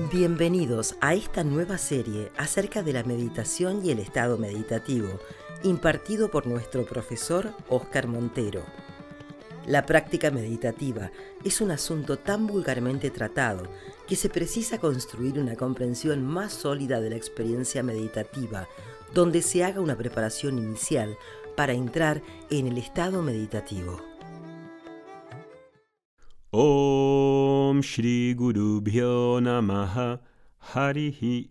Bienvenidos a esta nueva serie acerca de la meditación y el estado meditativo, impartido por nuestro profesor Óscar Montero. La práctica meditativa es un asunto tan vulgarmente tratado que se precisa construir una comprensión más sólida de la experiencia meditativa, donde se haga una preparación inicial para entrar en el estado meditativo. Om Shri Gurubhyo Namaha Harihi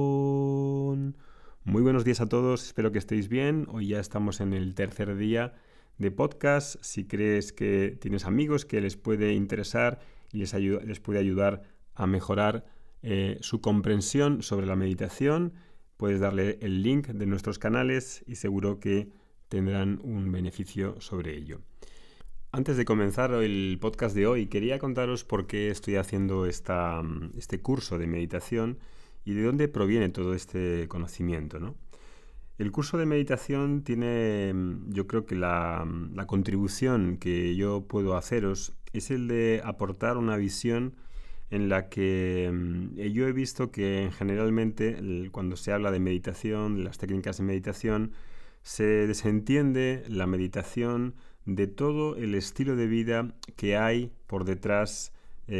Om. Muy buenos días a todos, espero que estéis bien. Hoy ya estamos en el tercer día de podcast. Si crees que tienes amigos que les puede interesar y les puede ayudar a mejorar su comprensión sobre la meditación, puedes darle el link de nuestros canales y seguro que tendrán un beneficio sobre ello. Antes de comenzar el podcast de hoy, quería contaros por qué estoy haciendo este curso de meditación y de dónde proviene todo este conocimiento, ¿no? El curso de meditación tiene, yo creo que la contribución que yo puedo haceros es el de aportar una visión en la que yo he visto que generalmente cuando se habla de meditación, de las técnicas de meditación, se desentiende la meditación de todo el estilo de vida que hay por detrás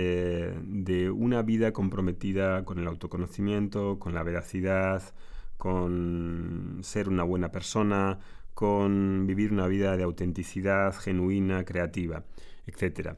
de una vida comprometida con el autoconocimiento, con la veracidad, con ser una buena persona, con vivir una vida de autenticidad genuina, creativa, etc.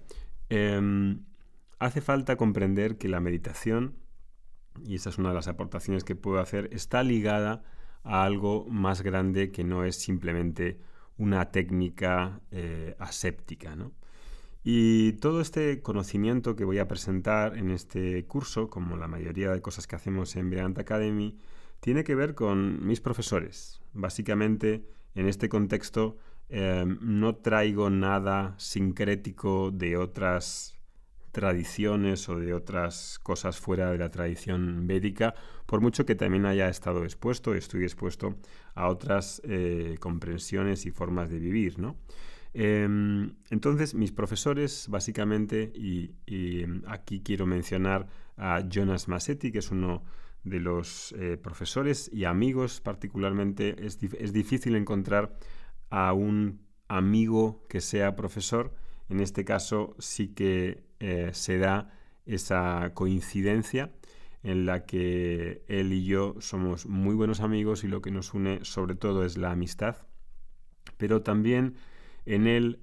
Hace falta comprender que la meditación, y esa es una de las aportaciones que puedo hacer, está ligada a algo más grande que no es simplemente una técnica aséptica, ¿no? Y todo este conocimiento que voy a presentar en este curso, como la mayoría de cosas que hacemos en Vedanta Academy, tiene que ver con mis profesores. Básicamente, en este contexto, no traigo nada sincrético de otras tradiciones o de otras cosas fuera de la tradición védica, por mucho que también haya estado estoy expuesto a otras comprensiones y formas de vivir, ¿no? Entonces, mis profesores, básicamente, y aquí quiero mencionar a Jonas Masetti, que es uno de los profesores y amigos particularmente. Es difícil encontrar a un amigo que sea profesor. En este caso sí que se da esa coincidencia en la que él y yo somos muy buenos amigos y lo que nos une sobre todo es la amistad. Pero también en él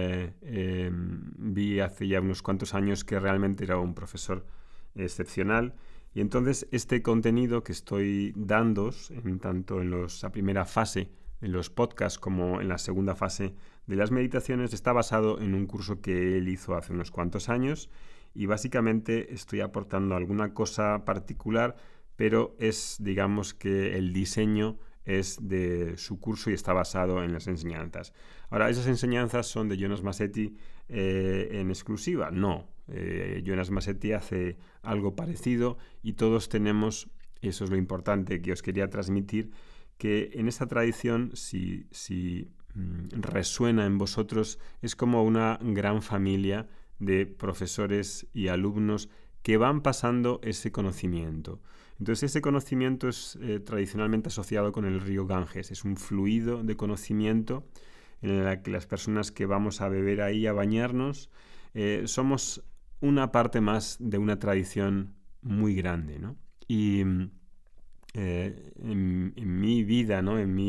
vi hace ya unos cuantos años que realmente era un profesor excepcional. Y entonces este contenido que estoy dando, tanto en la primera fase en los podcasts como en la segunda fase de las meditaciones, está basado en un curso que él hizo hace unos cuantos años y básicamente estoy aportando alguna cosa particular, pero digamos que el diseño es de su curso y está basado en las enseñanzas. Ahora, ¿esas enseñanzas son de Jonas Masetti en exclusiva? No. Jonas Masetti hace algo parecido y todos tenemos, eso es lo importante que os quería transmitir, que en esta tradición, si resuena en vosotros, es como una gran familia de profesores y alumnos que van pasando ese conocimiento. Entonces, ese conocimiento es tradicionalmente asociado con el río Ganges. Es un fluido de conocimiento en el que las personas que vamos a beber ahí, a bañarnos, somos una parte más de una tradición muy grande, ¿no? Y en mi vida, ¿no? En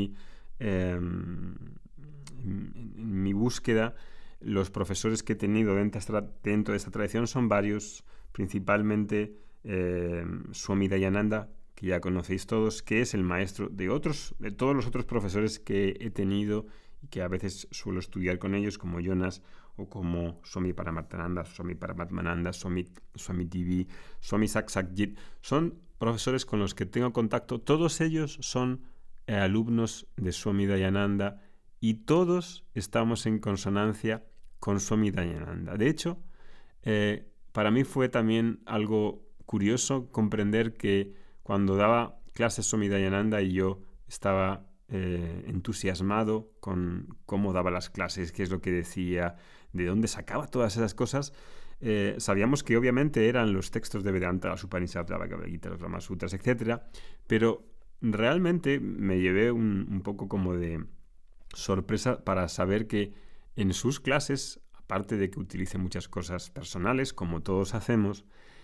mi búsqueda, los profesores que he tenido dentro de esta tradición son varios, principalmente Swami Dayananda, que ya conocéis todos, que es el maestro de todos los otros profesores que he tenido y que a veces suelo estudiar con ellos, como Jonas o como Swami Paramatmananda, Swami Paramatmananda, Swami Divi, Swami Saksakjit. Son profesores con los que tengo contacto. Todos ellos son alumnos de Swami Dayananda y todos estamos en consonancia con Swami Dayananda. De hecho, para mí fue también algo curioso comprender que cuando daba clases Swami Dayananda y yo estaba entusiasmado con cómo daba las clases, qué es lo que decía, de dónde sacaba todas esas cosas, sabíamos que obviamente eran los textos de Vedanta, las Upanishads, la Bhagavad Gita, los Brahma Sutras, etc. Pero realmente me llevé un poco como de sorpresa para saber que en sus clases, aparte de que utilice muchas cosas personales, como todos hacemos,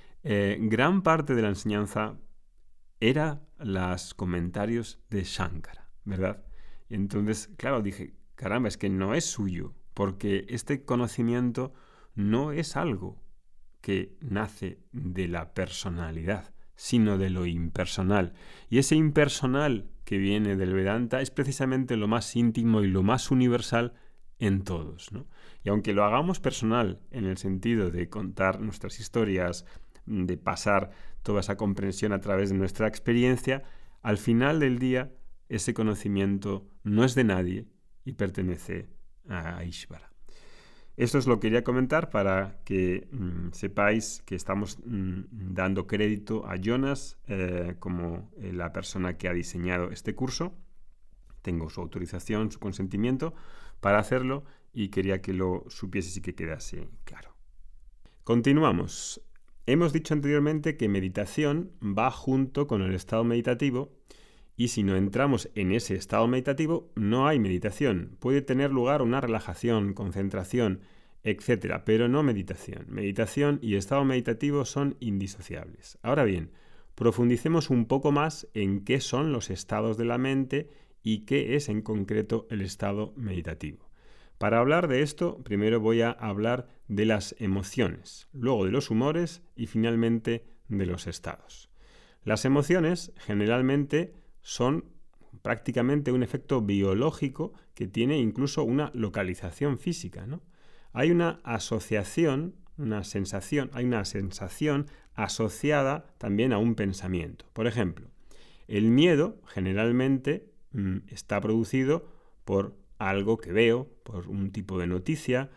gran parte de la enseñanza era los comentarios de Shankara, ¿verdad? Y entonces, claro, dije, caramba, es que no es suyo, porque este conocimiento no es algo que nace de la personalidad, sino de lo impersonal. Y ese impersonal que viene del Vedanta es precisamente lo más íntimo y lo más universal en todos, ¿no? Y aunque lo hagamos personal en el sentido de contar nuestras historias, de pasar toda esa comprensión a través de nuestra experiencia, al final del día ese conocimiento no es de nadie y pertenece a Ishvara. Esto os lo quería comentar para que sepáis que estamos dando crédito a Jonas como la persona que ha diseñado este curso. Tengo su autorización, su consentimiento para hacerlo y quería que lo supieses y que quedase claro. Continuamos. Hemos dicho anteriormente que meditación va junto con el estado meditativo y si no entramos en ese estado meditativo no hay meditación. Puede tener lugar una relajación, concentración, etc., pero no meditación. Meditación y estado meditativo son indisociables. Ahora bien, profundicemos un poco más en qué son los estados de la mente y qué es en concreto el estado meditativo. Para hablar de esto, primero voy a hablar de las emociones, luego de los humores y finalmente de los estados. Las emociones generalmente son prácticamente un efecto biológico que tiene incluso una localización física, ¿no? Hay una asociación, hay una sensación asociada también a un pensamiento. Por ejemplo, el miedo generalmente está producido por algo que veo, por un tipo de noticia,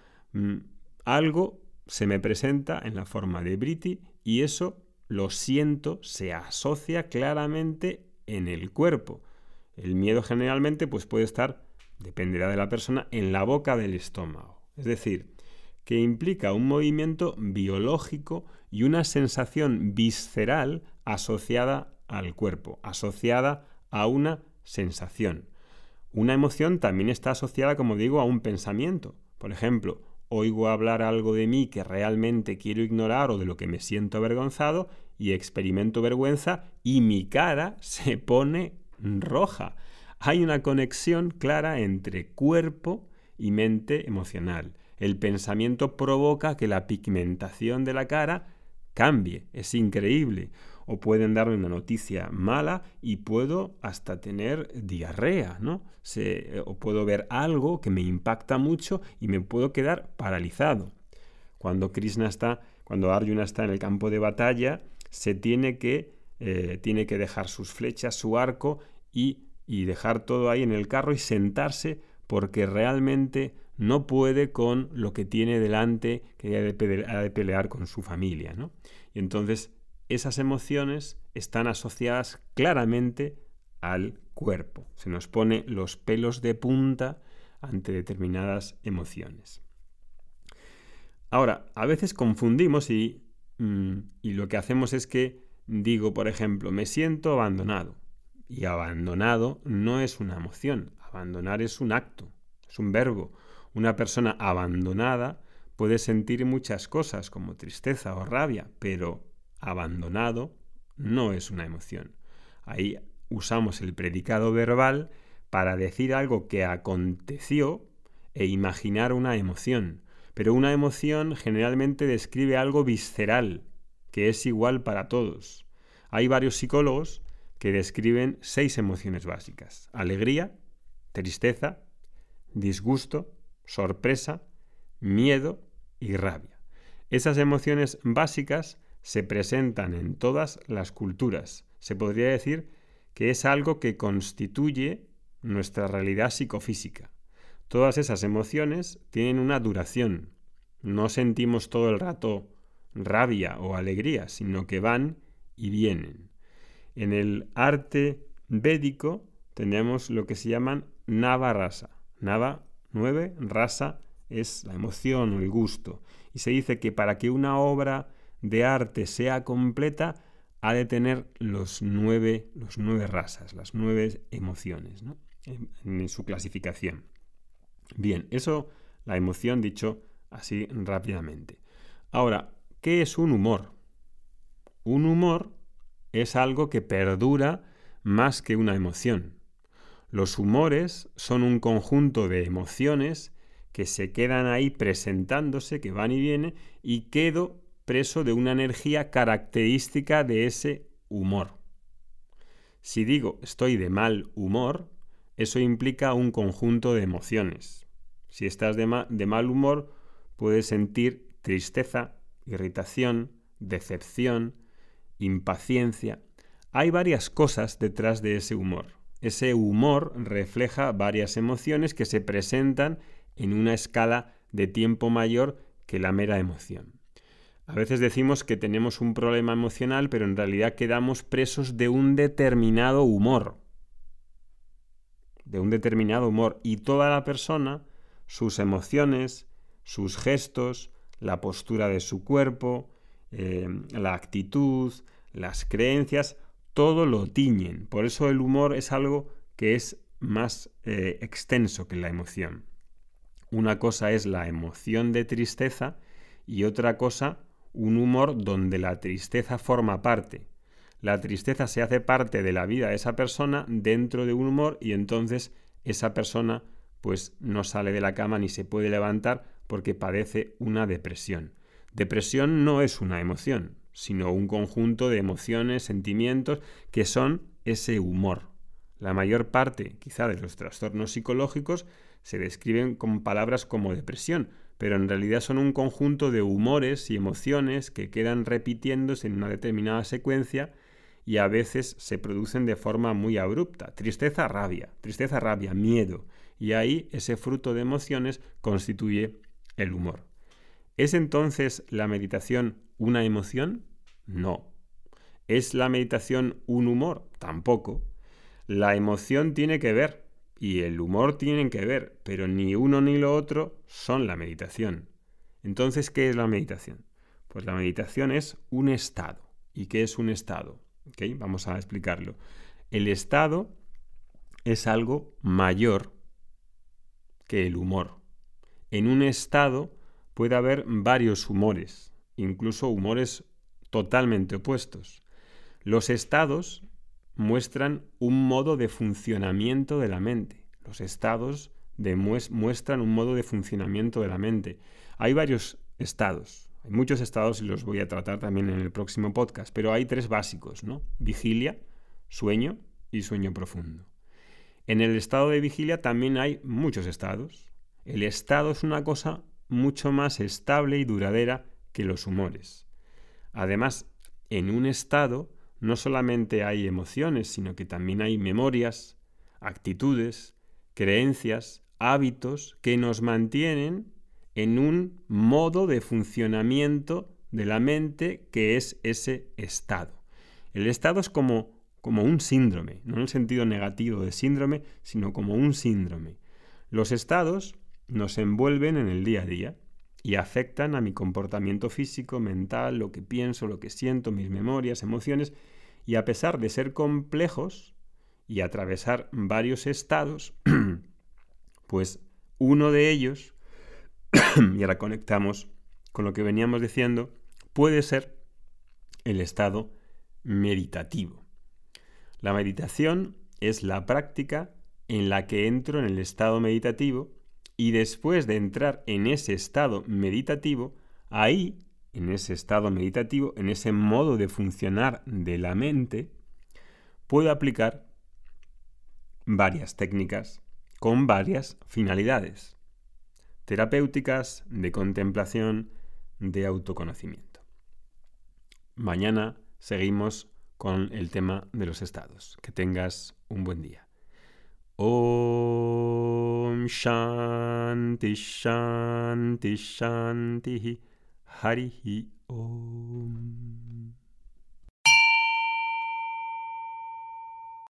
algo se me presenta en la forma de vritti y eso lo siento, se asocia claramente en el cuerpo. El miedo generalmente puede estar, dependerá de la persona, en la boca del estómago. Es decir, que implica un movimiento biológico y una sensación visceral asociada al cuerpo, asociada a una sensación. Una emoción también está asociada, como digo, a un pensamiento. Por ejemplo, oigo hablar algo de mí que realmente quiero ignorar o de lo que me siento avergonzado y experimento vergüenza y mi cara se pone roja. Hay una conexión clara entre cuerpo y mente emocional. El pensamiento provoca que la pigmentación de la cara cambie. Es increíble. O pueden darme una noticia mala y puedo hasta tener diarrea, ¿no? O puedo ver algo que me impacta mucho y me puedo quedar paralizado. Cuando Arjuna está en el campo de batalla, se tiene que dejar sus flechas, su arco y dejar todo ahí en el carro y sentarse porque realmente no puede con lo que tiene delante, que ha de pelear con su familia, ¿no? Y entonces esas emociones están asociadas claramente al cuerpo. Se nos pone los pelos de punta ante determinadas emociones. Ahora, a veces confundimos y lo que hacemos es que digo, por ejemplo, me siento abandonado. Y abandonado no es una emoción. Abandonar es un acto, es un verbo. Una persona abandonada puede sentir muchas cosas como tristeza o rabia, pero abandonado no es una emoción. Ahí usamos el predicado verbal para decir algo que aconteció e imaginar una emoción. Pero una emoción generalmente describe algo visceral, que es igual para todos. Hay varios psicólogos que describen 6 emociones básicas: alegría, tristeza, disgusto, sorpresa, miedo y rabia. Esas emociones básicas se presentan en todas las culturas. Se podría decir que es algo que constituye nuestra realidad psicofísica. Todas esas emociones tienen una duración. No sentimos todo el rato rabia o alegría, sino que van y vienen. En el arte védico tenemos lo que se llaman Nava Rasa. Nava, 9, Rasa, es la emoción o el gusto. Y se dice que para que una obra de arte sea completa, ha de tener los nueve rasas, las 9 emociones, ¿no? en su clasificación. Bien, eso, la emoción dicho así rápidamente. Ahora, ¿qué es un humor? Un humor es algo que perdura más que una emoción. Los humores son un conjunto de emociones que se quedan ahí presentándose, que van y vienen, y quedo preso de una energía característica de ese humor. Si digo estoy de mal humor, eso implica un conjunto de emociones. Si estás de mal humor, puedes sentir tristeza, irritación, decepción, impaciencia. Hay varias cosas detrás de ese humor. Ese humor refleja varias emociones que se presentan en una escala de tiempo mayor que la mera emoción. A veces decimos que tenemos un problema emocional, pero en realidad quedamos presos de un determinado humor. Y toda la persona, sus emociones, sus gestos, la postura de su cuerpo, la actitud, las creencias, todo lo tiñen. Por eso el humor es algo que es más extenso que la emoción. Una cosa es la emoción de tristeza y otra cosa un humor donde la tristeza forma parte. La tristeza se hace parte de la vida de esa persona dentro de un humor y entonces esa persona pues no sale de la cama ni se puede levantar porque padece una depresión. Depresión no es una emoción, sino un conjunto de emociones, sentimientos que son ese humor. La mayor parte, quizá, de los trastornos psicológicos se describen con palabras como depresión, pero en realidad son un conjunto de humores y emociones que quedan repitiéndose en una determinada secuencia y a veces se producen de forma muy abrupta. Tristeza, rabia, miedo. Y ahí ese fruto de emociones constituye el humor. ¿Es entonces la meditación una emoción? No. ¿Es la meditación un humor? Tampoco. La emoción tiene que ver y el humor tienen que ver, pero ni uno ni lo otro son la meditación. Entonces, ¿qué es la meditación? Pues la meditación es un estado. ¿Y qué es un estado? ¿Okay? Vamos a explicarlo. El estado es algo mayor que el humor. En un estado puede haber varios humores, incluso humores totalmente opuestos. Los estados muestran un modo de funcionamiento de la mente. Los estados muestran un modo de funcionamiento de la mente. Hay varios estados, hay muchos estados y los voy a tratar también en el próximo podcast, pero hay 3 básicos, ¿no? Vigilia, sueño y sueño profundo. En el estado de vigilia también hay muchos estados. El estado es una cosa mucho más estable y duradera que los humores. Además, en un estado no solamente hay emociones, sino que también hay memorias, actitudes, creencias, hábitos que nos mantienen en un modo de funcionamiento de la mente que es ese estado. El estado es como un síndrome, no en el sentido negativo de síndrome, sino como un síndrome. Los estados nos envuelven en el día a día y afectan a mi comportamiento físico, mental, lo que pienso, lo que siento, mis memorias, emociones, y a pesar de ser complejos y atravesar varios estados, pues uno de ellos, y ahora conectamos con lo que veníamos diciendo, puede ser el estado meditativo. La meditación es la práctica en la que entro en el estado meditativo y después de entrar en ese estado meditativo, ahí, en ese estado meditativo, en ese modo de funcionar de la mente, puedo aplicar varias técnicas con varias finalidades terapéuticas, de contemplación, de autoconocimiento. Mañana seguimos con el tema de los estados. Que tengas un buen día. Om Shanti Shanti Shanti Harihi Om.